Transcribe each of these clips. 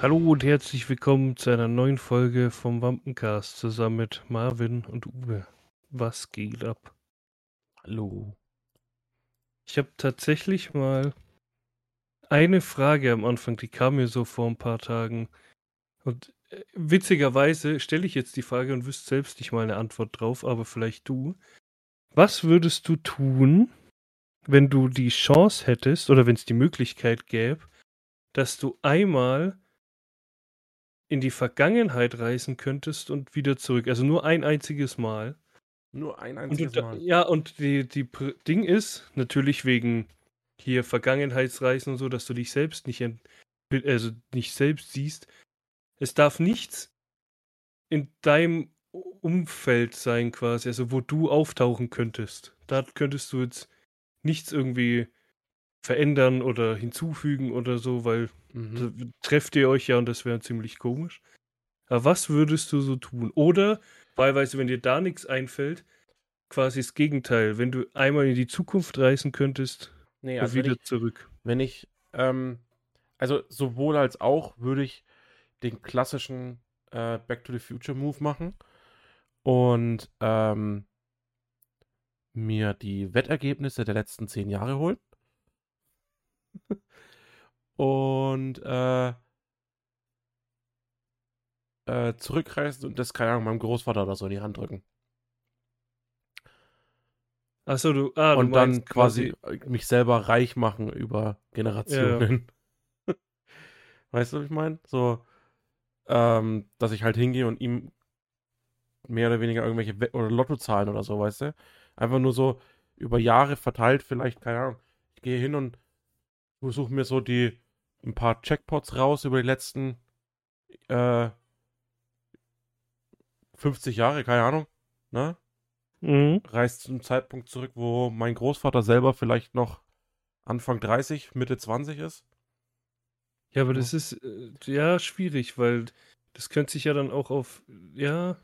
Hallo und herzlich willkommen zu einer neuen Folge vom Wampencast zusammen mit Marvin und Uwe. Was geht ab? Hallo. Ich habe tatsächlich mal eine Frage am Anfang, die kam mir so vor ein paar Tagen. Und witzigerweise stelle ich jetzt die Frage und wüsste selbst nicht mal eine Antwort drauf, aber vielleicht du. Was würdest du tun, wenn du die Chance hättest oder wenn es die Möglichkeit gäbe, dass du einmal in die Vergangenheit reisen könntest und wieder zurück? Also nur ein einziges Mal. Nur ein Und du einziges da Mal. ja, und Ding ist, natürlich wegen hier Vergangenheitsreisen und so, dass du dich selbst nicht selbst siehst. Es darf nichts in deinem Umfeld sein quasi, also wo du auftauchen könntest. Da könntest du jetzt nichts irgendwie verändern oder hinzufügen oder so, weil da trefft ihr euch ja und das wäre ziemlich komisch. Aber was würdest du so tun? Oder wahlweise, wenn dir da nichts einfällt, quasi das Gegenteil. Wenn du einmal in die Zukunft reisen könntest Nee, und also wieder zurück. also sowohl als auch würde ich den klassischen Back to the Future Move machen und mir die Wettergebnisse der letzten 10 Jahre holen und zurückreisen und das, keine Ahnung, meinem Großvater oder so in die Hand drücken. Achso, du Und dann meinst quasi quasi, mich selber reich machen über ja, Generationen. Weißt du, was ich meine? So, dass ich halt hingehe und ihm mehr oder weniger irgendwelche oder Lottozahlen oder so, weißt du? Einfach nur so über Jahre verteilt, vielleicht, keine Ahnung. Ich gehe hin und suche mir so ein paar Checkpots raus über die letzten äh, 50 Jahre, keine Ahnung, ne? mhm. Reist zum Zeitpunkt zurück, wo mein Großvater selber vielleicht noch Anfang 30, Mitte 20 ist. Ja, aber Ja, das ist, ja, schwierig, weil das könnte sich ja dann auch ja,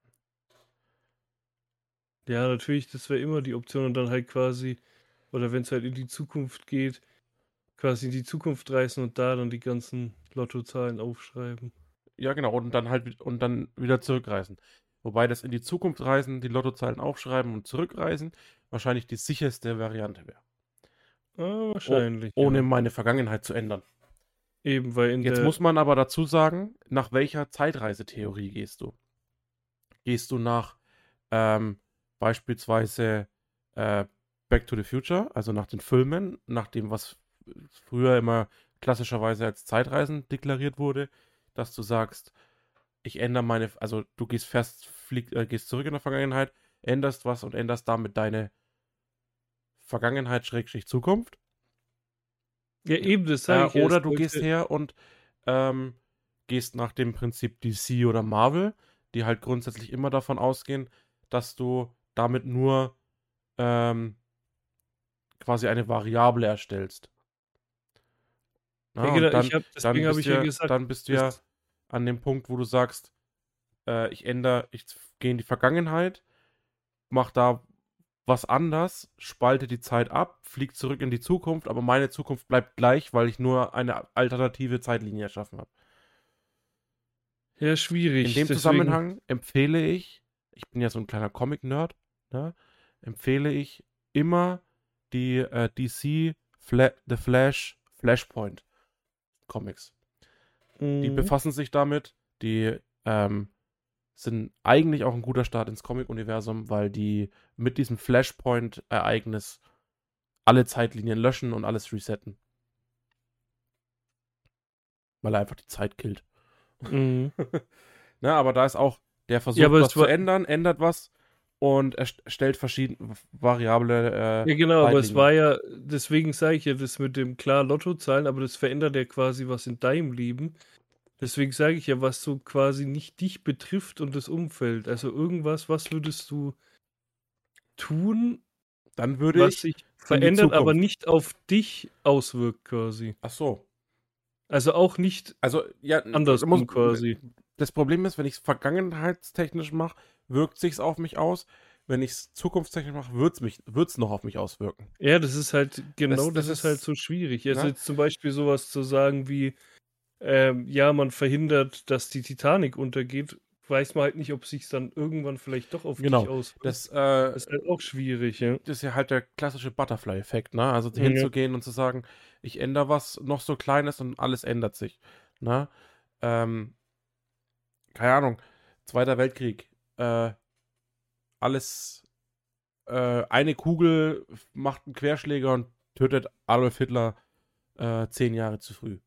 ja, natürlich, das wäre immer die Option und dann halt quasi, oder wenn es halt in die Zukunft geht, quasi in die Zukunft reisen und da dann die ganzen Lottozahlen aufschreiben. ja, genau, und dann wieder zurückreisen. Wobei das in die Zukunft reisen, die Lottozahlen aufschreiben und zurückreisen, wahrscheinlich die sicherste Variante wäre. Wahrscheinlich, Ohne ja. meine Vergangenheit zu ändern. Eben, weil in Jetzt der, muss man aber dazu sagen, nach welcher Zeitreisetheorie gehst du? Gehst du nach beispielsweise äh, Back to the Future, also nach den Filmen, nach dem, was früher immer klassischerweise als Zeitreisen deklariert wurde, dass du sagst, ich ändere also du gehst gehst zurück in der Vergangenheit, änderst was und änderst damit deine Vergangenheit Schrägstrich Zukunft. ja, eben, das sage ich ja, es Oder du gehst sollte, her und ähm, gehst nach dem Prinzip DC oder Marvel, die halt grundsätzlich immer davon ausgehen, dass du damit nur quasi eine Variable erstellst. ja, Na, genau, und deswegen habe ich ja gesagt, dann bist du ja das, an dem Punkt, wo du sagst, ich gehe in die Vergangenheit, mach da was anders, spalte die Zeit ab, flieg zurück in die Zukunft, aber meine Zukunft bleibt gleich, weil ich nur eine alternative Zeitlinie erschaffen habe. ja, In schwierig, dem deswegen, Zusammenhang ich bin ja so ein kleiner Comic-Nerd, ne, empfehle ich immer die DC The Flash Flashpoint Comics. Die mhm. befassen sich damit, die sind eigentlich auch ein guter Start ins Comic-Universum, weil die mit diesem Flashpoint-Ereignis alle Zeitlinien löschen und alles resetten. Weil er einfach die Zeit killt. Mhm. Na, aber da ist auch, der Ja, versucht aber was zu ändern, ändert was und erstellt verschiedene variable ja, genau, aber es Zeitlinien. war ja, deswegen sage ich ja das mit dem klar Lottozahlen, aber das verändert ja quasi was in deinem Leben. Deswegen sage ich ja, was so quasi nicht dich betrifft und das Umfeld. Also irgendwas, was würdest du tun, Dann würde was ich sich in die verändert, aber Zukunft. nicht auf dich auswirkt quasi. Ach so. Also auch nicht Also, ja, andersrum quasi. das Problem ist, wenn ich es vergangenheitstechnisch mache, wirkt sich's auf mich aus. Wenn ich es zukunftstechnisch mache, wird's noch auf mich auswirken. Ja, das ist halt, genau, Das das ist halt ist, so schwierig. Also ne? jetzt zum Beispiel sowas zu sagen wie, ja, man verhindert, dass die Titanic untergeht, weiß man halt nicht, ob sich dann irgendwann vielleicht doch auf dich Genau. auswirkt. Das, Das ist halt auch schwierig, ja. das ist ja halt der klassische Butterfly-Effekt, ne? Also Ja. hinzugehen und zu sagen, ich ändere was noch so Kleines und alles ändert sich. Ne? Keine Ahnung, Zweiter Weltkrieg, alles, eine Kugel macht einen Querschläger und tötet Adolf Hitler 10 Jahre zu früh.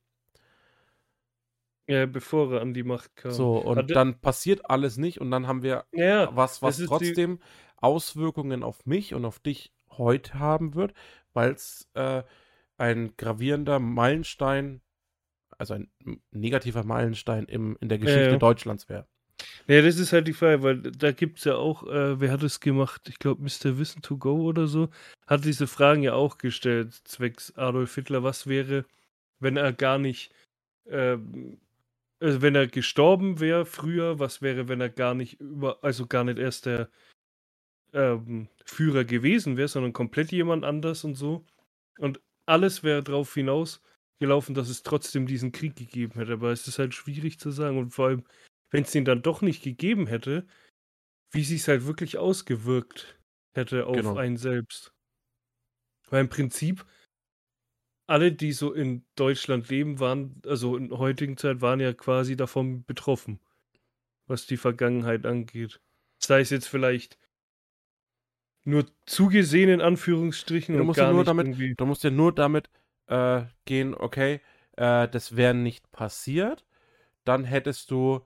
Ja, bevor er an die Macht kam. So, und dann passiert alles nicht und dann haben wir Ja, was das ist trotzdem Auswirkungen auf mich und auf dich heute haben wird, weil es ein gravierender Meilenstein, also ein negativer Meilenstein in der Geschichte ja. Deutschlands wäre. Ja, das ist halt die Frage, weil da gibt es ja auch, wer hat es gemacht? Ich glaube, Mr. Wissen to go oder so, hat diese Fragen ja auch gestellt, zwecks Adolf Hitler. Was wäre, wenn er gar nicht, also wenn er gestorben wäre früher, was wäre, wenn er gar nicht also gar nicht erst der Führer gewesen wäre, sondern komplett jemand anders und so. Und alles wäre darauf hinausgelaufen, dass es trotzdem diesen Krieg gegeben hätte. Aber es ist halt schwierig zu sagen. Und vor allem, wenn es den dann doch nicht gegeben hätte, wie sich es halt wirklich ausgewirkt hätte auf Genau. einen selbst. Weil im Prinzip alle, die so in Deutschland leben, waren, also in der heutigen Zeit, waren ja quasi davon betroffen, was die Vergangenheit angeht. Sei es jetzt vielleicht nur zugesehen in Anführungsstrichen Du und musst ja gar nur nicht damit, irgendwie. du musst ja nur damit gehen, okay, das wäre nicht passiert, dann hättest du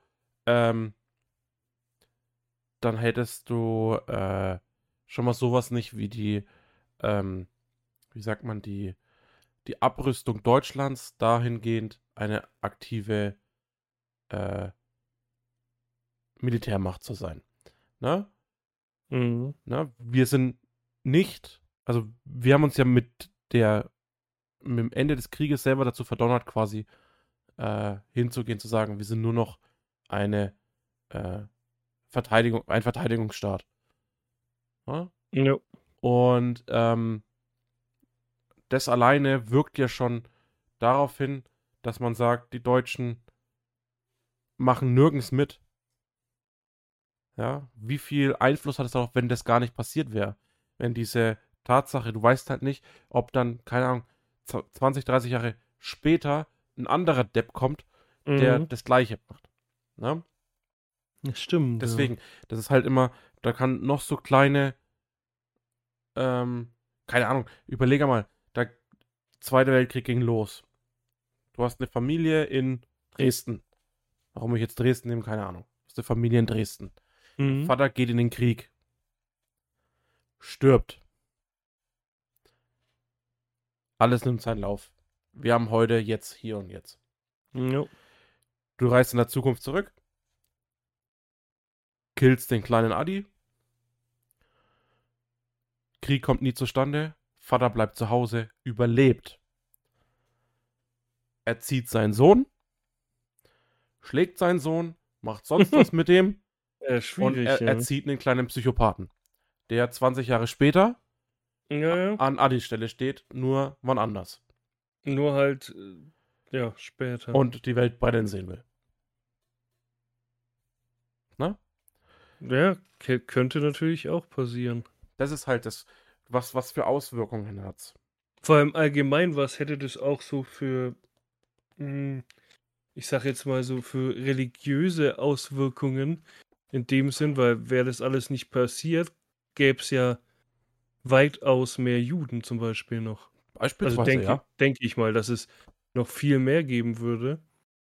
schon mal sowas nicht wie die, wie sagt man, die Abrüstung Deutschlands dahingehend eine aktive Militärmacht zu sein. Ne? Mhm. Ne? Wir sind nicht, also wir haben uns ja mit dem Ende des Krieges selber dazu verdonnert, quasi hinzugehen, zu sagen, wir sind nur noch ein Verteidigungsstaat. Ne? Ja. Und das alleine wirkt ja schon darauf hin, dass man sagt, die Deutschen machen nirgends mit. Ja, wie viel Einfluss hat es darauf, wenn das gar nicht passiert wäre? Wenn diese Tatsache, du weißt halt nicht, ob dann, keine Ahnung, 20, 30 Jahre später ein anderer Depp kommt, der Mhm. das Gleiche macht. Ne? Das stimmt. Deswegen, das ist halt immer, da kann noch so kleine, keine Ahnung, überlege mal, der Zweite Weltkrieg ging los. Du hast eine Familie in Dresden. Warum ich jetzt Dresden nehme, keine Ahnung. Du hast eine Familie in Dresden. Ja. Der Vater geht in den Krieg. Stirbt. Alles nimmt seinen Lauf. Wir haben heute, jetzt, hier und jetzt. Ja. Du reist in der Zukunft zurück. Killst den kleinen Adi. Krieg kommt nie zustande. Vater bleibt zu Hause. Überlebt. Erzieht seinen Sohn. Schlägt seinen Sohn. Macht sonst was mit dem. Und Schwierig, ja. erzieht einen kleinen Psychopathen. Der 20 Jahre später Ja. an Adis Stelle steht, nur wann anders. Nur halt, ja, später. Und die Welt brennen sehen will. Ne? Ja, könnte natürlich auch passieren. Das ist halt das, was für Auswirkungen hat's. Vor allem allgemein, was hätte das auch so für, ich sag jetzt mal so, für religiöse Auswirkungen in dem Sinn, weil wäre das alles nicht passiert, gäbe es ja weitaus mehr Juden zum Beispiel noch. Beispielsweise, Also ja. denke ich mal, dass es noch viel mehr geben würde.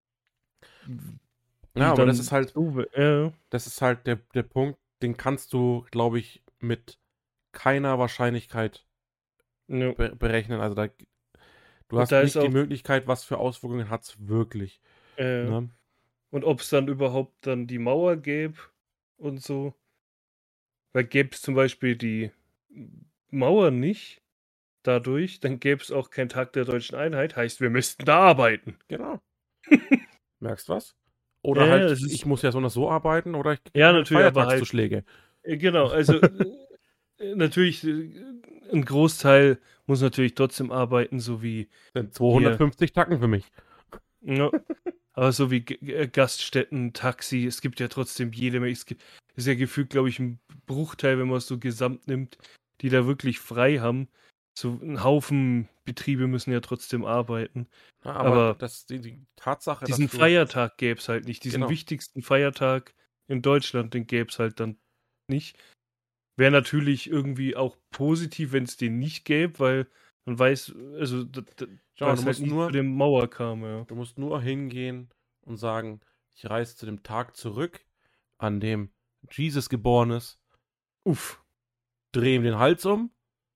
Ja, aber das ist halt, ja. das ist halt der Punkt, den kannst du, glaube ich, mit keiner Wahrscheinlichkeit Ja. berechnen. Also du Und hast da nicht ist die auch, Möglichkeit, was für Auswirkungen hat es wirklich. Ne? und ob es dann überhaupt dann die Mauer gäbe und so. Weil gäbe es zum Beispiel die Mauer nicht dadurch, dann gäbe es auch keinen Tag der deutschen Einheit. Heißt, wir müssten da arbeiten. Genau. Merkst was? Oder Ja, halt, es ist- ich muss ja so oder so arbeiten oder ich kriege Ja, halt natürlich, aber halt- Feiertagszuschläge. Genau, also natürlich, ein Großteil muss natürlich trotzdem arbeiten, so wie Sind 250 Tacken für mich. Ja. Aber so wie Gaststätten, Taxi, es gibt ja trotzdem jede Menge. Ist ja gefühlt, glaube ich, ein Bruchteil, wenn man es so gesamt nimmt, die da wirklich frei haben. So ein Haufen Betriebe müssen ja trotzdem arbeiten. Ja, aber Aber die Tatsache, dass diesen du, Feiertag gäbe es halt nicht. Diesen genau, wichtigsten Feiertag in Deutschland, den gäbe es halt dann nicht. Wäre natürlich irgendwie auch positiv, wenn es den nicht gäbe, weil man weiß, also schau weil mal, es halt nie zu dem Mauer kam, ja. du musst nur hingehen und sagen, ich reise zu dem Tag zurück, an dem Jesus geboren ist, Uff. drehe ihm den Hals um,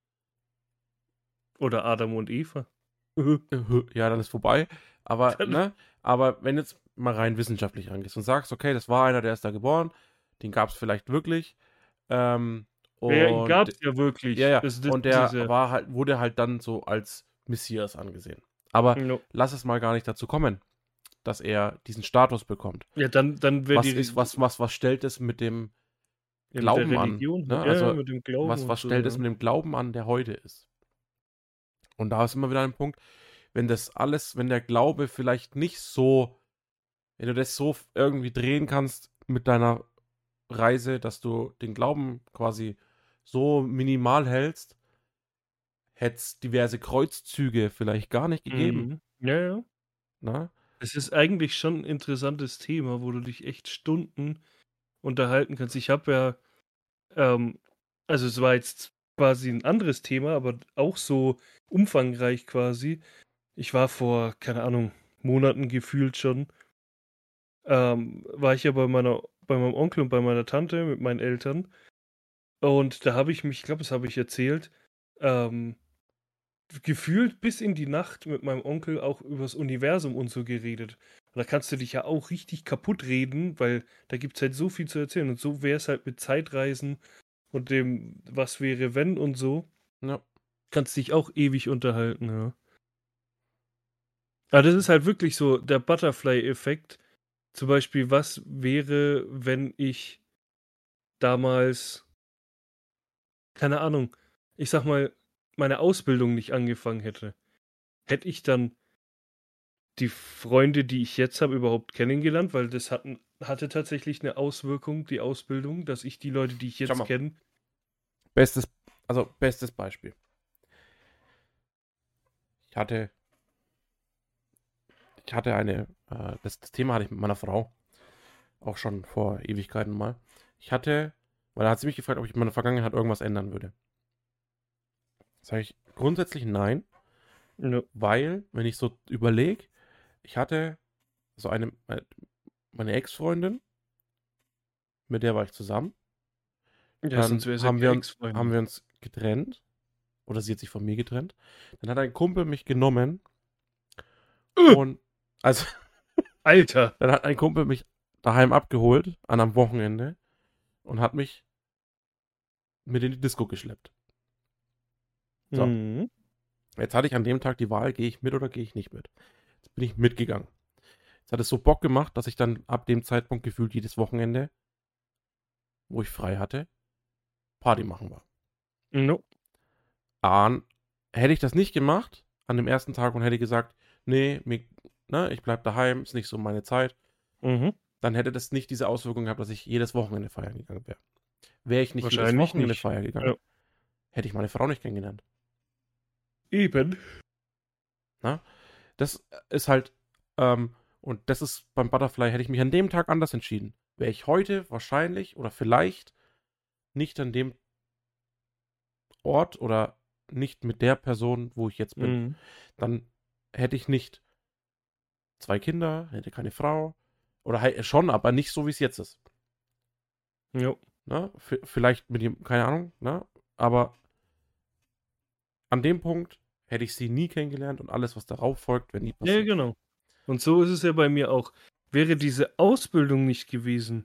Oder Adam und Eva. ja, dann ist vorbei. Aber, Dann- ne, aber wenn jetzt mal rein wissenschaftlich rangehst und sagst, okay, das war einer, der ist da geboren, den gab es vielleicht wirklich, Ja, ihn und gab es ja wirklich. ja, Das und ist es der ja. wurde halt dann so als Messias angesehen. Aber No. lass es mal gar nicht dazu kommen, dass er diesen Status bekommt. Ja, dann wäre Was stellt es mit dem ja, mit der Glauben an? Religion, Ne? ja, Also, mit dem Glauben und was so, stellt es ja. mit dem Glauben an, der heute ist? Und da ist immer wieder ein Punkt, wenn das alles, wenn der Glaube vielleicht nicht so, wenn du das so irgendwie drehen kannst mit deiner Reise, dass du den Glauben quasi so minimal hältst, hätte es diverse Kreuzzüge vielleicht gar nicht gegeben. Mhm. Ja, ja. Ne? Es ist eigentlich schon ein interessantes Thema, wo du dich echt Stunden unterhalten kannst. Ich habe ja, also es war jetzt quasi ein anderes Thema, aber auch so umfangreich quasi. Ich war vor, keine Ahnung, Monaten gefühlt schon, war ich ja bei meinem Onkel und bei meiner Tante mit meinen Eltern. Und da habe ich mich, ich glaube, das habe ich erzählt, ähm, gefühlt bis in die Nacht mit meinem Onkel auch übers Universum und so geredet. Und da kannst du dich ja auch richtig kaputt reden, weil da gibt es halt so viel zu erzählen. Und so wäre es halt mit Zeitreisen und dem, was wäre, wenn und so. Ja. Kannst dich auch ewig unterhalten, ja. Aber das ist halt wirklich so der Butterfly-Effekt. Zum Beispiel, was wäre, wenn ich damals, keine Ahnung, ich sag mal, meine Ausbildung nicht angefangen hätte? Hätte ich dann die Freunde, die ich jetzt habe, überhaupt kennengelernt? Weil das hatte tatsächlich eine Auswirkung, die Ausbildung, dass ich die Leute, die ich Schau jetzt mal, kenne. bestes Beispiel. Ich hatte das Thema hatte ich mit meiner Frau auch schon vor Ewigkeiten mal. Weil da hat sie mich gefragt, ob ich in meiner Vergangenheit irgendwas ändern würde. Sage ich grundsätzlich nein, Ja. weil, wenn ich so überlege, ich hatte so meine Ex-Freundin, mit der war ich zusammen. Ja, Dann sonst wäre es ja haben keine wir Ex-Freundin. uns getrennt. Oder sie hat sich von mir getrennt. Dann hat ein Kumpel mich genommen und also Alter! dann hat ein Kumpel mich daheim abgeholt an einem Wochenende und hat mich mit in die Disco geschleppt. So, Mhm. jetzt hatte ich an dem Tag die Wahl, gehe ich mit oder gehe ich nicht mit. Jetzt bin ich mitgegangen. Jetzt hat es so Bock gemacht, dass ich dann ab dem Zeitpunkt gefühlt jedes Wochenende, wo ich frei hatte, Party machen war. No. Hätte ich das nicht gemacht an dem ersten Tag und hätte gesagt, nee, ich bleib daheim, ist nicht so meine Zeit, Mhm. dann hätte das nicht diese Auswirkung gehabt, dass ich jedes Wochenende feiern gegangen wäre. Wäre ich nicht jedes Wahrscheinlich Wochenende nicht. feiern gegangen, Ja. hätte ich meine Frau nicht kennengelernt. Eben. Na? Das ist halt, und das ist beim Butterfly, hätte ich mich an dem Tag anders entschieden. Wäre ich heute wahrscheinlich oder vielleicht nicht an dem Ort oder nicht mit der Person, wo ich jetzt bin, Mhm. dann hätte ich nicht 2 Kinder, hätte keine Frau. Oder halt schon, aber nicht so, wie es jetzt ist. Jo. Ne? Vielleicht mit ihm, keine Ahnung, ne? Aber an dem Punkt hätte ich sie nie kennengelernt und alles, was darauf folgt, wäre nie Ja, passiert. genau. Und so ist es ja bei mir auch. Wäre diese Ausbildung nicht gewesen,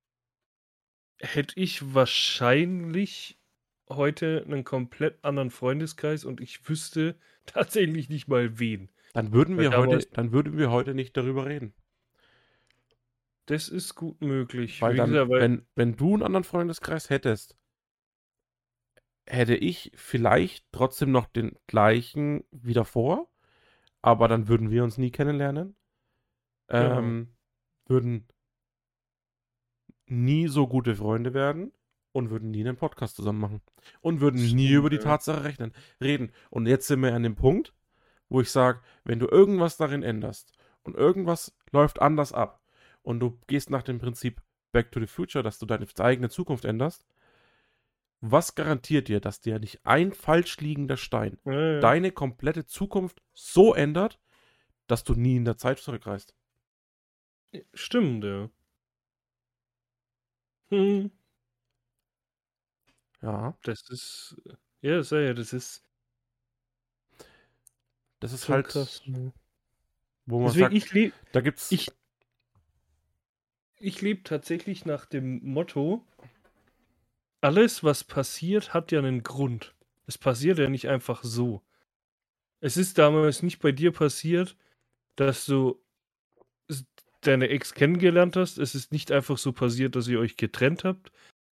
hätte ich wahrscheinlich heute einen komplett anderen Freundeskreis und ich wüsste tatsächlich nicht mal wen. Dann würden Weil wir heute nicht darüber reden. das ist gut möglich. Weil Wie dann, gesagt, weil wenn du einen anderen Freundeskreis hättest, hätte ich vielleicht trotzdem noch den gleichen wie davor, aber dann würden wir uns nie kennenlernen. würden nie so gute Freunde werden und würden nie einen Podcast zusammen machen. Und würden nie über die Tatsache reden. Und jetzt sind wir an dem Punkt, wo ich sage, wenn du irgendwas darin änderst und irgendwas läuft anders ab und du gehst nach dem Prinzip Back to the Future, dass du deine eigene Zukunft änderst, was garantiert dir, dass dir nicht ein falsch liegender Stein deine komplette Zukunft so ändert, dass du nie in der Zeit zurückreist? Stimmt, ja. Ja. Das ist. Ja, das ist so halt krass. Ne? Wo man Deswegen, sagt, da gibt's. Ich lebe tatsächlich nach dem Motto, alles, was passiert, hat ja einen Grund. Es passiert ja nicht einfach so. Es ist damals nicht bei dir passiert, dass du deine Ex kennengelernt hast. Es ist nicht einfach so passiert, dass ihr euch getrennt habt.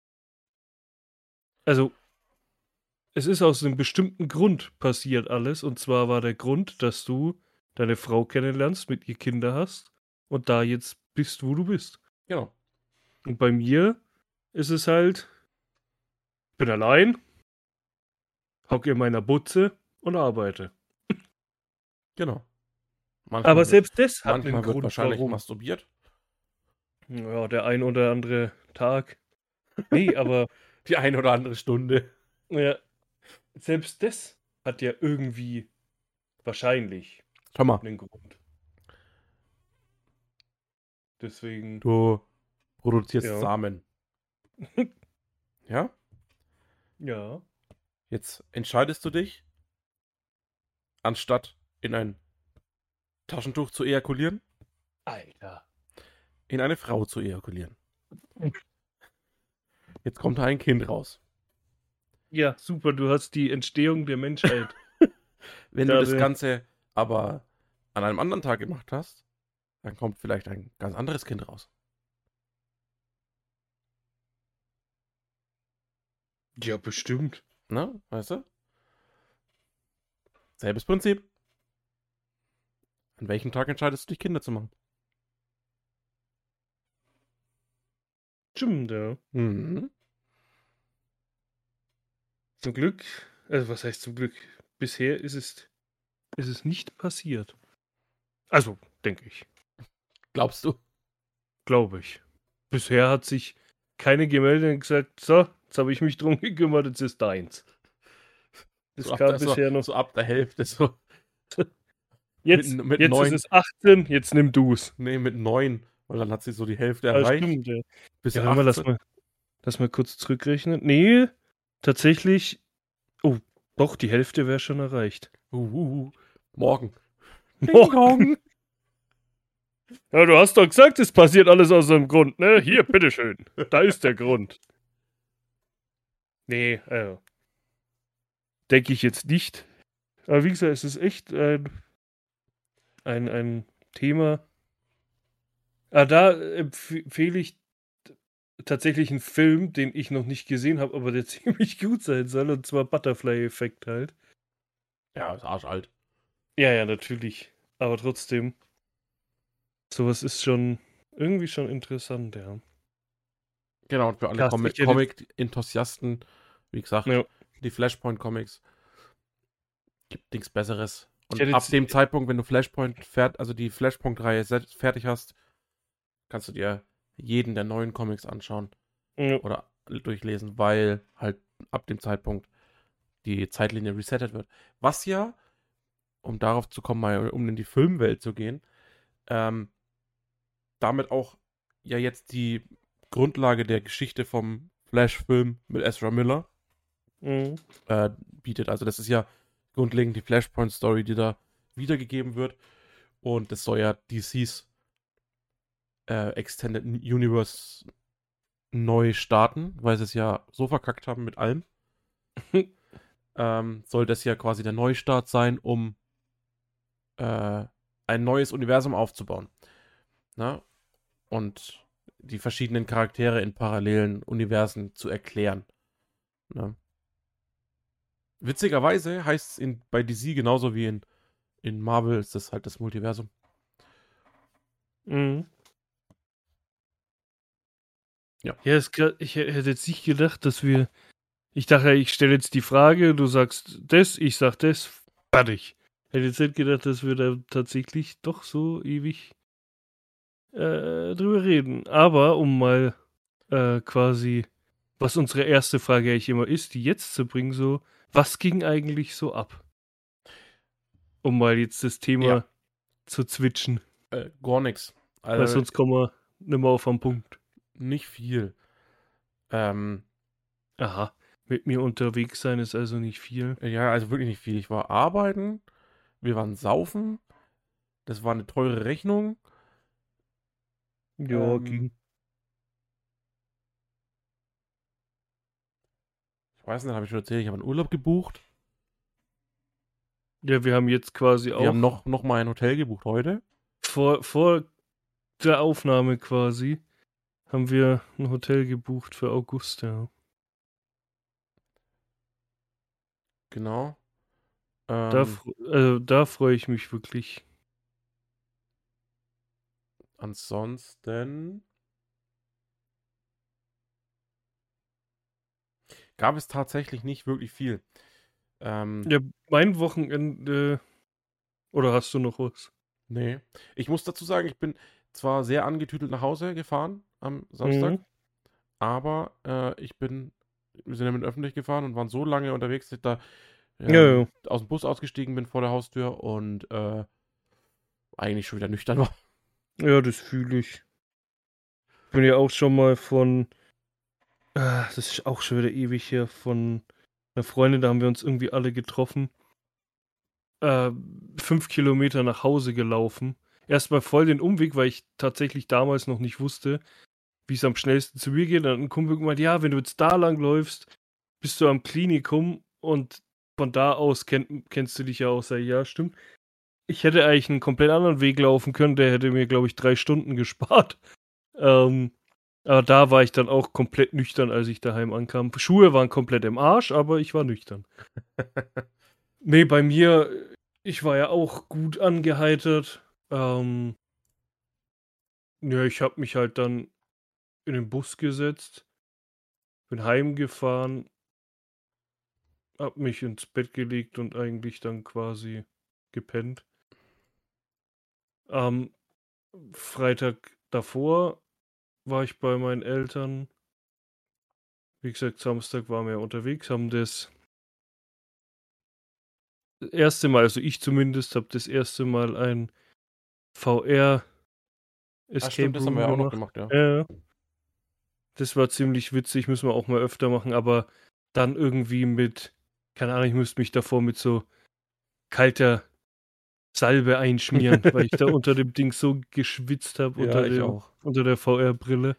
Also, es ist aus einem bestimmten Grund passiert alles. Und zwar war der Grund, dass du deine Frau kennenlernst, mit ihr Kinder hast und da jetzt bist, wo du bist. Genau. Und bei mir ist es halt, ich bin allein, hocke in meiner Butze und arbeite. Genau. Aber selbst das hat manchmal einen wird Grund, wahrscheinlich warum. masturbiert. Ja, der ein oder andere Tag. Nee, aber Die eine oder andere Stunde. ja, selbst das hat ja irgendwie wahrscheinlich Schau mal. einen Grund. Deswegen. Du produzierst Samen. Ja? Ja. Jetzt entscheidest du dich, anstatt in ein Taschentuch zu ejakulieren, Alter. in eine Frau zu ejakulieren. Jetzt kommt da ein Kind raus. Ja, super, du hast die Entstehung der Menschheit. Wenn du das Ganze aber an einem anderen Tag gemacht hast, dann kommt vielleicht ein ganz anderes Kind raus. Ja, bestimmt. Na, weißt du? Selbes Prinzip. An welchem Tag entscheidest du dich, Kinder zu machen? Stimmt, ja. Mhm. Zum Glück, also was heißt zum Glück? Bisher ist es nicht passiert. Also, denke ich. Glaubst du? Glaube ich. Bisher hat sich keine gemeldet und gesagt, so, jetzt habe ich mich drum gekümmert, jetzt ist deins. Das so kam bisher noch. So ab der Hälfte, so. Jetzt, mit jetzt 9. ist es 18, jetzt nimm du's. Nee, mit 9. Weil dann hat sie so die Hälfte Ja, erreicht. stimmt, ja. Bis Ja, 18. lass mal kurz zurückrechnen. Nee, tatsächlich. Oh, doch, die Hälfte wäre schon erreicht. Morgen. Morgen. Ja, du hast doch gesagt, es passiert alles aus einem Grund, ne? Hier, bitteschön. Da ist der Grund. Nee, denke ich jetzt nicht. Aber wie gesagt, es ist echt ein Thema. Da empfehle ich tatsächlich einen Film, den ich noch nicht gesehen habe, aber der ziemlich gut sein soll, und zwar Butterfly-Effekt halt. Ja, ist arschalt. Ja, natürlich. Aber trotzdem, sowas ist schon irgendwie schon interessant, ja. Genau, und für alle Comic-Enthusiasten, wie gesagt, die Flashpoint-Comics, gibt nichts Besseres. Und ab dem Zeitpunkt, wenn du die Flashpoint-Reihe fertig hast, kannst du dir jeden der neuen Comics anschauen oder durchlesen, weil halt ab dem Zeitpunkt die Zeitlinie resettet wird. Was ja, um darauf zu kommen, mal um in die Filmwelt zu gehen, damit auch ja jetzt die Grundlage der Geschichte vom Flash-Film mit Ezra Miller bietet. Also das ist ja grundlegend die Flashpoint-Story, die da wiedergegeben wird. Und das soll ja DCs Extended Universe neu starten, weil sie es ja so verkackt haben mit allem. Soll das ja quasi der Neustart sein, um ein neues Universum aufzubauen. Na? Und die verschiedenen Charaktere in parallelen Universen zu erklären. Na? Witzigerweise heißt es bei DC genauso wie in Marvel, ist das halt das Multiversum. Mhm. Ja. Ja, ich hätte jetzt nicht gedacht, dass wir. Ich dachte, ich stelle jetzt die Frage, du sagst das, ich sag das, fertig. Hätte jetzt nicht gedacht, dass wir da tatsächlich doch so ewig drüber reden. Aber um mal quasi, was unsere erste Frage eigentlich immer ist, die jetzt zu bringen, so, was ging eigentlich so ab? Um mal jetzt das Ja. Thema zu switchen, Gar nichts. weil Also sonst kommen wir nicht mehr auf den Punkt. nicht viel. Ähm, Aha, mit mir unterwegs sein ist also nicht viel. ja, also wirklich nicht viel. Ich war arbeiten, wir waren saufen, das war eine teure Rechnung. Ja, Ähm, ging. Ich weiß nicht, habe ich schon erzählt, ich habe einen Urlaub gebucht. Ja, wir haben jetzt quasi Wir haben auch noch mal ein Hotel gebucht heute. vor der Aufnahme quasi haben wir ein Hotel gebucht für August, ja. Genau. Da, Ähm, da freue ich mich wirklich. Ansonsten gab es tatsächlich nicht wirklich viel. Ja, mein Wochenende. Oder hast du noch was? Nee. Ich muss dazu sagen, ich bin zwar sehr angetüdelt nach Hause gefahren am Samstag, Mhm. aber wir sind ja mit öffentlich gefahren und waren so lange unterwegs, dass ich da Ja, ja. aus dem Bus ausgestiegen bin vor der Haustür und eigentlich schon wieder nüchtern war. Ja, das fühle ich. Bin ja auch schon mal das ist auch schon wieder ewig her, von einer Freundin, da haben wir uns irgendwie alle getroffen. Äh, 5 Kilometer nach Hause gelaufen. Erstmal voll den Umweg, weil ich tatsächlich damals noch nicht wusste, wie es am schnellsten zu mir geht. Dann hat ein Kumpel gemeint, ja, wenn du jetzt da lang läufst, bist du am Klinikum und von da aus kennst du dich ja auch. Sag ich, ja, stimmt. Ich hätte eigentlich einen komplett anderen Weg laufen können, der hätte mir, glaube ich, 3 Stunden gespart. Ähm, aber da war ich dann auch komplett nüchtern, als ich daheim ankam. Schuhe waren komplett im Arsch, aber ich war nüchtern. Nee, bei mir, ich war ja auch gut angeheitert. Ja, ich habe mich halt dann in den Bus gesetzt, bin heimgefahren, hab mich ins Bett gelegt und eigentlich dann quasi gepennt. Am Freitag davor war ich bei meinen Eltern. Wie gesagt, Samstag waren wir ja unterwegs, haben das erste Mal, also ich zumindest, habe das erste Mal ein VR Ah, stimmt, Escape das haben wir Room ja auch noch gemacht. gemacht, ja. Das war ziemlich witzig, müssen wir auch mal öfter machen, aber dann irgendwie mit, keine Ahnung, ich musste mich davor mit so kalter Salbe einschmieren, weil ich da unter dem Ding so geschwitzt habe, Ja, ich auch. unter der VR-Brille.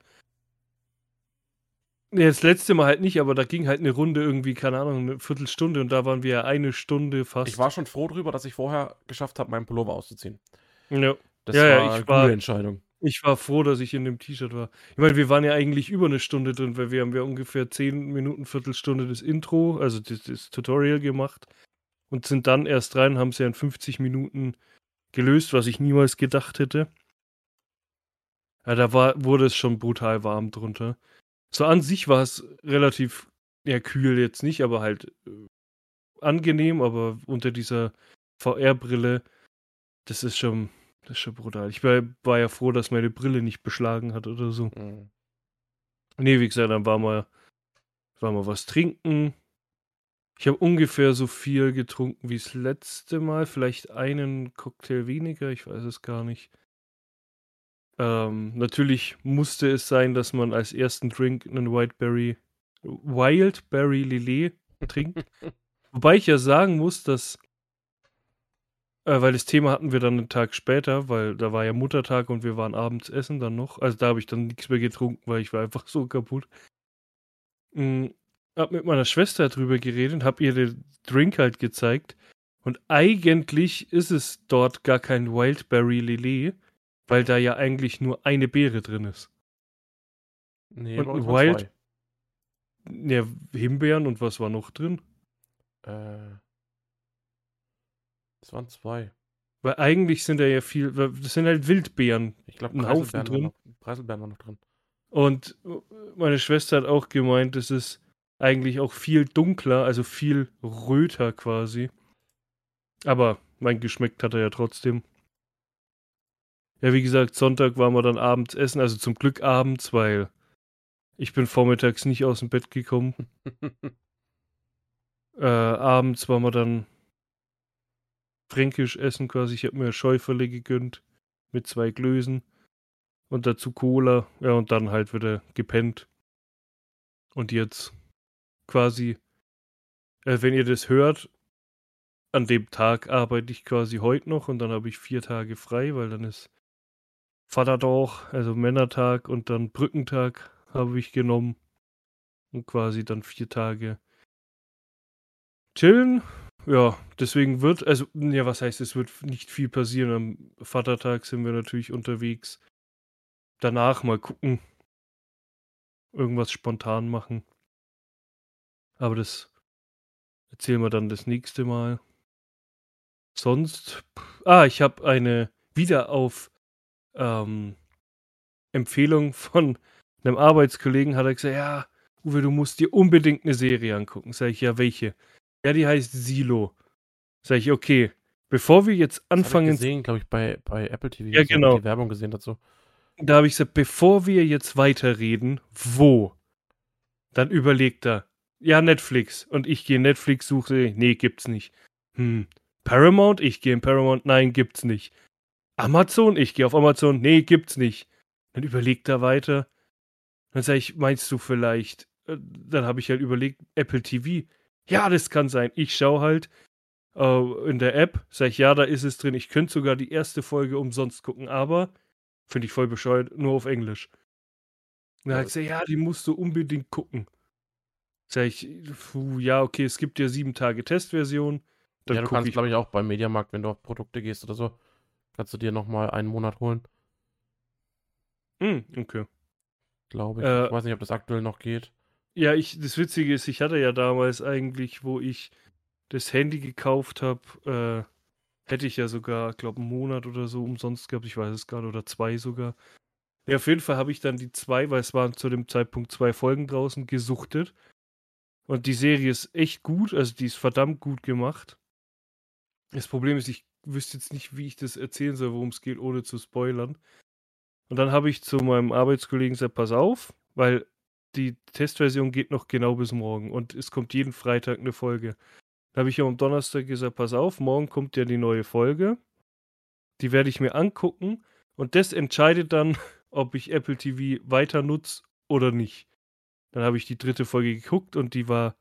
Ja, das letzte Mal halt nicht, aber da ging halt eine Runde irgendwie, keine Ahnung, eine Viertelstunde und da waren wir ja eine Stunde Ich fast. war schon froh drüber, dass ich vorher geschafft habe, meinen Pullover auszuziehen. Ja. Das Ja, ja, war eine gute Entscheidung. ich war froh, dass ich in dem T-Shirt war. Ich meine, wir waren ja eigentlich über eine Stunde drin, weil wir haben ja ungefähr 10 Minuten, Viertelstunde das Intro, also das Tutorial gemacht und sind dann erst rein, haben es ja in 50 Minuten gelöst, was ich niemals gedacht hätte. Ja, wurde es schon brutal warm drunter. So an sich war es relativ, ja, kühl jetzt nicht, aber halt angenehm, aber unter dieser VR-Brille, das ist schon brutal. Ich war ja froh, dass meine Brille nicht beschlagen hat oder so. Mhm. Nee, wie gesagt, dann war mal was trinken. Ich habe ungefähr so viel getrunken wie das letzte Mal. Vielleicht einen Cocktail weniger, ich weiß es gar nicht. Natürlich musste es sein, dass man als ersten Drink einen Wildberry Lillet trinkt. Wobei ich ja sagen muss, dass, weil das Thema hatten wir dann einen Tag später, weil da war ja Muttertag und wir waren abends essen dann noch. Also da habe ich dann nichts mehr getrunken, weil ich war einfach so kaputt. Hab mit meiner Schwester drüber geredet, hab ihr den Drink halt gezeigt. Und eigentlich ist es dort gar kein Wildberry Lillet, weil da ja eigentlich nur eine Beere drin ist. Nee, bei Und uns ein waren zwei. Ja, Himbeeren und was war noch drin? Äh, Es waren zwei. Weil eigentlich sind da ja das sind halt Wildbeeren. Ich glaube, einen Haufen drin. Preiselbeeren waren noch drin. Und meine Schwester hat auch gemeint, es ist eigentlich auch viel dunkler, also viel röter quasi. Aber mein geschmeckt hat er ja trotzdem. Ja, wie gesagt, Sonntag waren wir dann abends essen, also zum Glück abends, weil ich bin vormittags nicht aus dem Bett gekommen. Abends waren wir dann fränkisch essen quasi. Ich habe mir Schäuferle gegönnt mit 2 Glößen und dazu Cola. Ja, und dann halt wieder gepennt. Und jetzt quasi, wenn ihr das hört, an dem Tag arbeite ich quasi heute noch und dann habe ich 4 Tage frei, weil dann ist Vatertag, also Männertag und dann Brückentag habe ich genommen und quasi dann 4 Tage chillen. Ja, deswegen wird, also, ja, was heißt, es wird nicht viel passieren. Am Vatertag sind wir natürlich unterwegs. Danach mal gucken, irgendwas spontan machen. Aber das erzählen wir dann das nächste Mal. Sonst, ich habe wieder auf Empfehlung von einem Arbeitskollegen hat er gesagt, ja, Uwe, du musst dir unbedingt eine Serie angucken. Sag ich, ja, welche? Ja, die heißt Silo. Sag ich, okay, bevor wir jetzt Das habe ich anfangen, gesehen, glaube ich, bei Apple TV. ja, So habe genau, ich die Werbung gesehen dazu. da habe ich gesagt, bevor wir jetzt weiterreden, wo? Dann überlegt er, ja, Netflix. Und ich gehe Netflix, suche, nee, gibt's nicht. Paramount? Ich gehe in Paramount, nein, gibt's nicht. Amazon? Ich gehe auf Amazon, nee, gibt's nicht. Dann überlegt er weiter. Dann sage ich, meinst du vielleicht? Dann habe ich halt überlegt, Apple TV. Ja, das kann sein. Ich schaue halt in der App, sage ich, ja, da ist es drin. Ich könnte sogar die erste Folge umsonst gucken, aber finde ich voll bescheuert, nur auf Englisch. Dann hat er gesagt, ja, die musst du unbedingt gucken. Sag ich, ja, okay, es gibt ja 7 Tage Testversion. Dann Ja, du gucke kannst, ich. glaube ich, auch beim Mediamarkt, wenn du auf Produkte gehst oder so, kannst du dir nochmal einen Monat holen. Okay. Glaube ich. Ich weiß nicht, ob das aktuell noch geht. Ja, das Witzige ist, ich hatte ja damals eigentlich, wo ich das Handy gekauft habe, hätte ich ja sogar, glaube einen Monat oder so umsonst gehabt. Ich weiß es gar nicht, oder 2 sogar. Ja, auf jeden Fall habe ich dann die 2, weil es waren zu dem Zeitpunkt 2 Folgen draußen, gesuchtet. Und die Serie ist echt gut, also die ist verdammt gut gemacht. Das Problem ist, ich wüsste jetzt nicht, wie ich das erzählen soll, worum es geht, ohne zu spoilern. Und dann habe ich zu meinem Arbeitskollegen gesagt, pass auf, weil die Testversion geht noch genau bis morgen und es kommt jeden Freitag eine Folge. Dann habe ich am Donnerstag gesagt, pass auf, morgen kommt ja die neue Folge. Die werde ich mir angucken und das entscheidet dann, ob ich Apple TV weiter nutze oder nicht. Dann habe ich die 3. Folge geguckt und die war,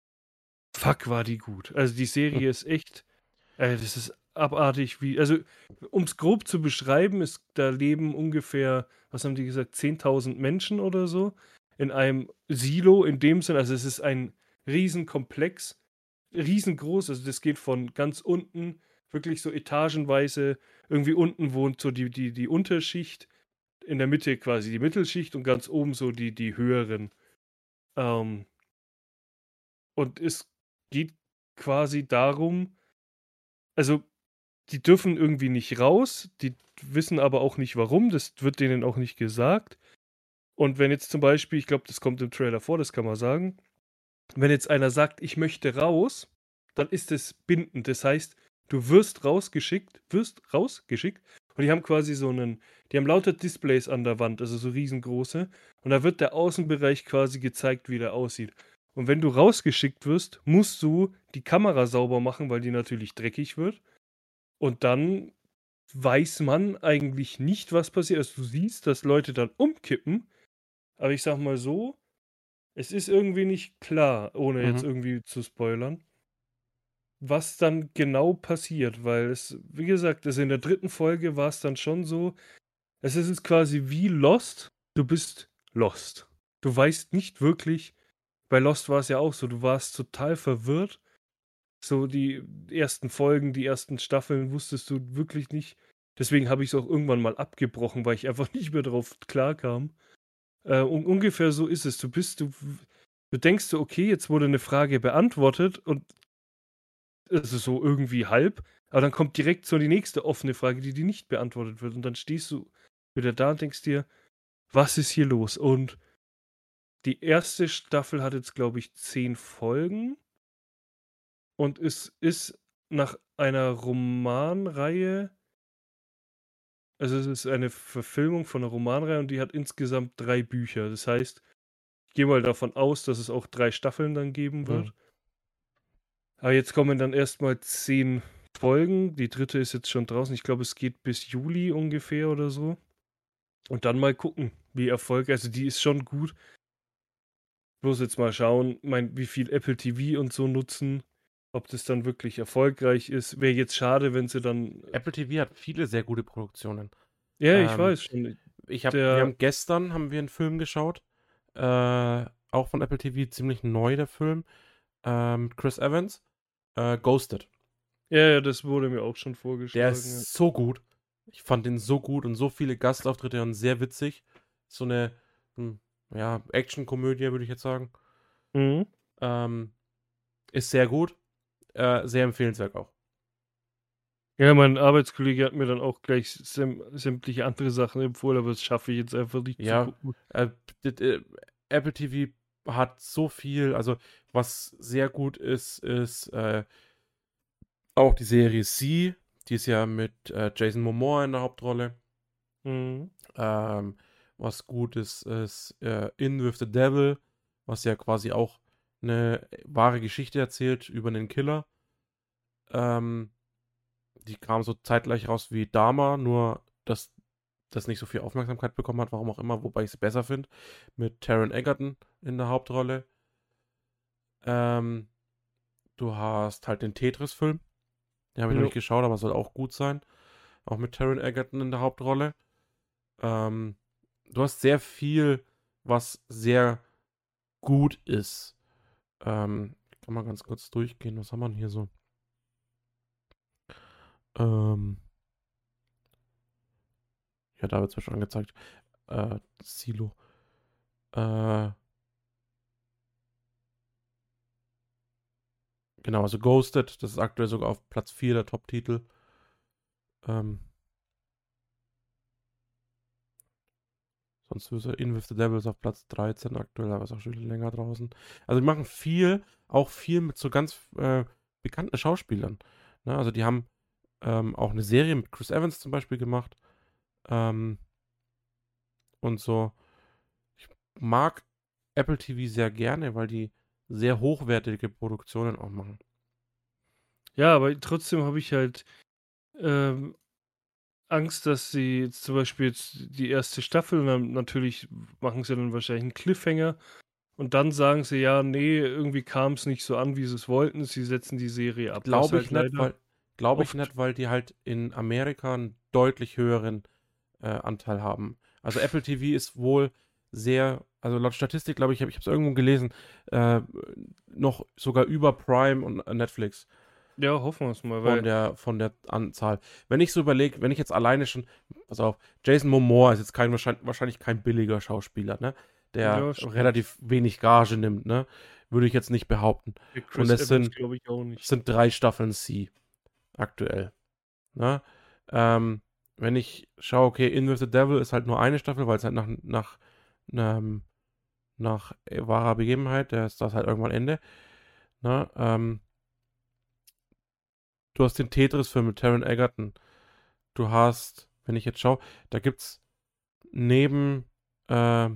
war die gut. Also die Serie ist echt, das ist abartig wie, also um es grob zu beschreiben, da leben ungefähr, was haben die gesagt, 10.000 Menschen oder so in einem Silo in dem Sinn, also es ist ein Riesenkomplex, riesengroß, also das geht von ganz unten, wirklich so etagenweise, irgendwie unten wohnt so die Unterschicht, in der Mitte quasi die Mittelschicht und ganz oben so die höheren. Ähm, und es geht quasi darum, also die dürfen irgendwie nicht raus, die wissen aber auch nicht warum, das wird denen auch nicht gesagt. Und wenn jetzt zum Beispiel, ich glaube, das kommt im Trailer vor, das kann man sagen, wenn jetzt einer sagt, ich möchte raus, dann ist es bindend. Das heißt, du wirst rausgeschickt und die haben quasi die haben lauter Displays an der Wand, also so riesengroße. Und da wird der Außenbereich quasi gezeigt, wie der aussieht. Und wenn du rausgeschickt wirst, musst du die Kamera sauber machen, weil die natürlich dreckig wird. Und dann weiß man eigentlich nicht, was passiert. Also du siehst, dass Leute dann umkippen, aber ich sag mal so, es ist irgendwie nicht klar, ohne jetzt irgendwie zu spoilern, was dann genau passiert, weil es, wie gesagt, also in der 3. Folge war es dann schon so, es ist jetzt quasi wie Lost, du bist lost. Du weißt nicht wirklich, bei Lost war es ja auch so, du warst total verwirrt. So die ersten Folgen, die ersten Staffeln wusstest du wirklich nicht. Deswegen habe ich es auch irgendwann mal abgebrochen, weil ich einfach nicht mehr drauf klarkam. Ungefähr so ist es. Du denkst so, okay, jetzt wurde eine Frage beantwortet und es ist so irgendwie halb, aber dann kommt direkt so die nächste offene Frage, die nicht beantwortet wird. Und dann stehst du wieder da und denkst dir, was ist hier los? Und die erste Staffel hat jetzt, glaube ich, 10 Folgen und es ist nach einer Romanreihe, also es ist eine Verfilmung von einer Romanreihe und die hat insgesamt 3 Bücher. Das heißt, ich gehe mal davon aus, dass es auch 3 Staffeln dann geben Hm. wird. Aber jetzt kommen dann erstmal 10 Folgen. Die dritte ist jetzt schon draußen. Ich glaube, es geht bis Juli ungefähr oder so. Und dann mal gucken, wie erfolgreich. Also die ist schon gut. Bloß jetzt mal schauen, wie viel Apple TV und so nutzen. Ob das dann wirklich erfolgreich ist. Wäre jetzt schade, wenn sie dann. Apple TV hat viele sehr gute Produktionen. Ja, ich Ähm, weiß schon. wir haben gestern einen Film geschaut, auch von Apple TV, ziemlich neu der Film, mit Chris Evans, Ghosted. Ja, das wurde mir auch schon Der vorgeschlagen. ist so gut. Ich fand den so gut und so viele Gastauftritte und sehr witzig. So eine, ja, Action-Komödie, würde ich jetzt sagen. Mhm. Ist sehr gut. Sehr empfehlenswert auch. Ja, mein Arbeitskollege hat mir dann auch gleich sämtliche andere Sachen empfohlen, aber das schaffe ich jetzt einfach nicht zu Ja, gucken. Apple TV hat so viel, also was sehr gut ist, ist auch die Serie Sie, die ist ja mit Jason Momoa in der Hauptrolle. Mhm. Was gut ist, ist In with the Devil, was ja quasi auch eine wahre Geschichte erzählt über einen Killer. Die kam so zeitgleich raus wie Dama, nur dass das nicht so viel Aufmerksamkeit bekommen hat, warum auch immer, wobei ich es besser finde, mit Taron Egerton in der Hauptrolle. Ähm, Du hast halt den Tetris-Film, den habe ich noch Jo. nicht geschaut, aber soll auch gut sein, auch mit Taron Egerton in der Hauptrolle. Du hast sehr viel, was sehr gut ist. Ich kann mal ganz kurz durchgehen, was haben wir denn hier so? Ja, da wird es mir schon angezeigt. Silo. Genau, also Ghosted, das ist aktuell sogar auf Platz 4 der Top-Titel. Sonst ist In with the Devils auf Platz 13 aktuell, aber ist auch schon wieder länger draußen. Also die machen viel, auch viel mit so ganz bekannten Schauspielern. Ne? Also die haben auch eine Serie mit Chris Evans zum Beispiel gemacht. Und so. Ich mag Apple TV sehr gerne, weil die sehr hochwertige Produktionen auch machen. Ja, aber trotzdem habe ich halt ähm, Angst, dass sie jetzt zum Beispiel jetzt die erste Staffel und dann natürlich machen sie dann wahrscheinlich einen Cliffhanger und dann sagen sie, ja, nee, irgendwie kam es nicht so an, wie sie es wollten. Sie setzen die Serie ab, was Glaube halt ich nicht, leider oft. weil die halt in Amerika einen deutlich höheren Anteil haben. Also Apple TV ist wohl sehr, also laut Statistik, glaube ich, ich habe es irgendwo gelesen, äh, noch sogar über Prime und Netflix Ja, hoffen wir es mal, weil von der Anzahl. Wenn ich so überlege, wenn ich jetzt alleine schon, pass auf, Jason Momoa ist jetzt wahrscheinlich kein billiger Schauspieler, ne? Der ja, stimmt. relativ wenig Gage nimmt, ne? Würde ich jetzt nicht behaupten. Der Und Chris Evans glaube ich auch nicht. es sind 3 Staffeln Sie aktuell. Ne? Wenn ich schaue, okay, In with the Devil ist halt nur eine Staffel, weil es halt ähm, nach wahrer Begebenheit, der ist das halt irgendwann Ende. Ne? Du hast den Tetris-Film mit Taron Egerton. Du hast, wenn ich jetzt schaue, da gibt's neben äh,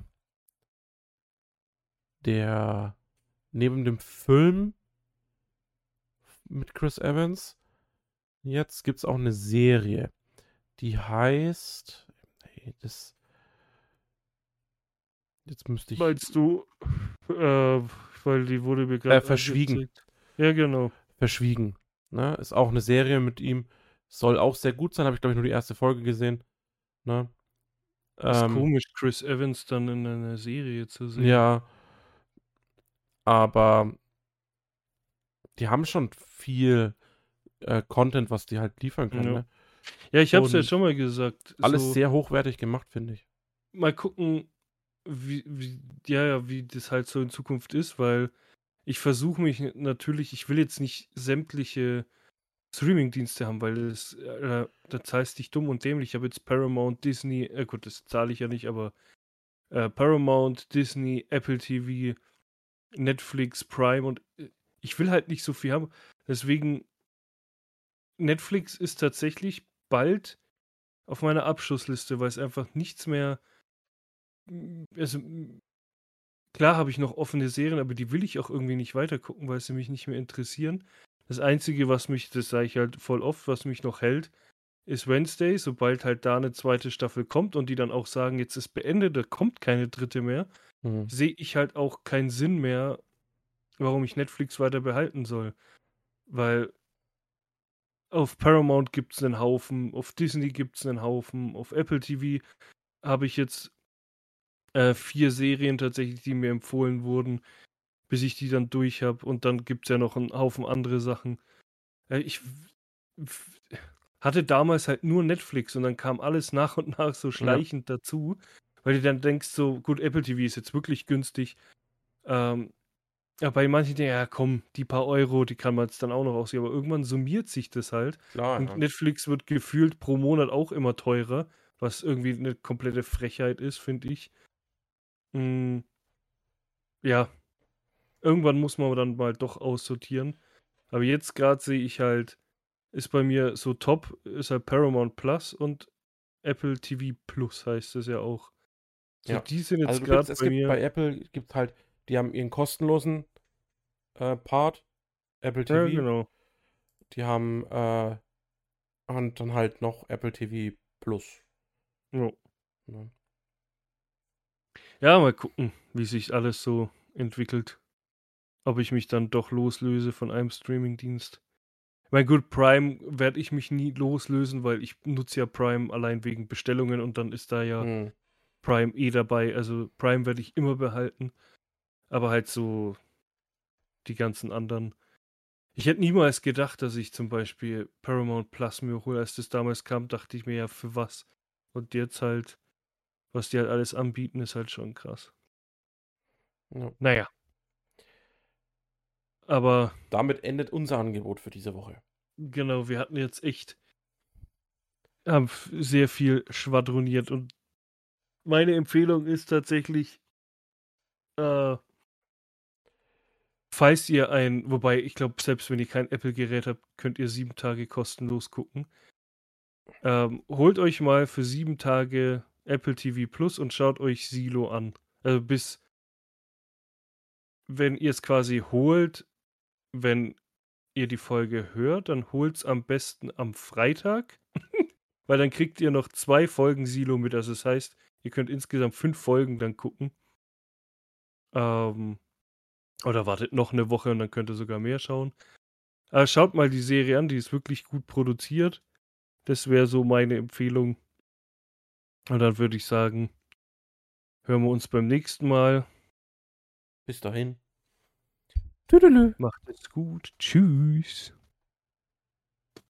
der neben dem Film mit Chris Evans jetzt gibt's auch eine Serie, die heißt, hey, das jetzt müsste ich Meinst du, weil die wurde mir gerade Verschwiegen. angezeigt. Ja, genau. Verschwiegen. Ne? Ist auch eine Serie mit ihm. Soll auch sehr gut sein. Habe ich, glaube ich, nur die erste Folge gesehen. Ne? Ist Ähm, komisch, Chris Evans dann in einer Serie zu sehen. ja, aber die haben schon viel Content, was die halt liefern können. Ja. Ne? Ja, ich habe es ja Und schon mal gesagt. alles So, sehr hochwertig gemacht, finde ich. mal gucken, wie das halt so in Zukunft ist, weil ich versuche mich natürlich, ich will jetzt nicht sämtliche Streamingdienste haben, weil da zahlst dich dumm und dämlich. Ich habe jetzt Paramount, Disney, gut, das zahle ich ja nicht, aber Paramount, Disney, Apple TV, Netflix, Prime und ich will halt nicht so viel haben. Deswegen, Netflix ist tatsächlich bald auf meiner Abschussliste, weil es einfach nichts mehr. Also, klar habe ich noch offene Serien, aber die will ich auch irgendwie nicht weitergucken, weil sie mich nicht mehr interessieren. Das Einzige, was mich, das sage ich halt voll oft, was mich noch hält, ist Wednesday. Sobald halt da eine zweite Staffel kommt und die dann auch sagen, jetzt ist beendet, da kommt keine dritte mehr, sehe ich halt auch keinen Sinn mehr, warum ich Netflix weiter behalten soll. Weil auf Paramount gibt es einen Haufen, auf Disney gibt es einen Haufen, auf Apple TV habe ich jetzt 4 Serien tatsächlich, die mir empfohlen wurden, bis ich die dann durch habe. Und dann gibt es ja noch einen Haufen andere Sachen. Ich hatte damals halt nur Netflix und dann kam alles nach und nach so schleichend dazu, weil du dann denkst so, gut, Apple TV ist jetzt wirklich günstig. Ja, bei manchen denken, ja komm, die paar Euro, die kann man jetzt dann auch noch ausgeben. Aber irgendwann summiert sich das halt. Klar, Und ja. Netflix wird gefühlt pro Monat auch immer teurer, was irgendwie eine komplette Frechheit ist, finde ich. Ja, irgendwann muss man dann mal doch aussortieren. Aber jetzt gerade sehe ich halt, ist bei mir so top, ist halt Paramount Plus und Apple TV Plus heißt es ja auch. So, Ja. die sind jetzt Also gerade es bei gibt mir. bei Apple, gibt halt, die haben ihren kostenlosen Part, Apple Ja, TV. genau. Die haben und dann halt noch Apple TV Plus. Ja. Ne? Ja, mal gucken, wie sich alles so entwickelt. Ob ich mich dann doch loslöse von einem Streamingdienst. Ich meine, gut, Prime werde ich mich nie loslösen, weil ich nutze ja Prime allein wegen Bestellungen und dann ist da ja Hm. Prime eh dabei. Also Prime werde ich immer behalten. Aber halt so die ganzen anderen. Ich hätte niemals gedacht, dass ich zum Beispiel Paramount Plus mir hole. Als das damals kam, dachte ich mir ja, für was? Und jetzt halt, was die halt alles anbieten, ist halt schon krass. Ja. Naja. Aber Damit endet unser Angebot für diese Woche. genau, wir hatten jetzt echt haben sehr viel schwadroniert und meine Empfehlung ist tatsächlich, äh, falls ihr wobei ich glaube, selbst wenn ihr kein Apple-Gerät habt, könnt ihr 7 Tage kostenlos gucken. Holt euch mal für 7 Tage Apple TV Plus und schaut euch Silo an. Also wenn ihr es quasi holt, wenn ihr die Folge hört, dann holt es am besten am Freitag, weil dann kriegt ihr noch 2 Folgen Silo mit. Also das heißt, ihr könnt insgesamt 5 Folgen dann gucken. Oder wartet noch eine Woche und dann könnt ihr sogar mehr schauen. Aber schaut mal die Serie an, die ist wirklich gut produziert. Das wäre so meine Empfehlung. Und dann würde ich sagen, hören wir uns beim nächsten Mal. Bis dahin. Macht es gut. Tschüss.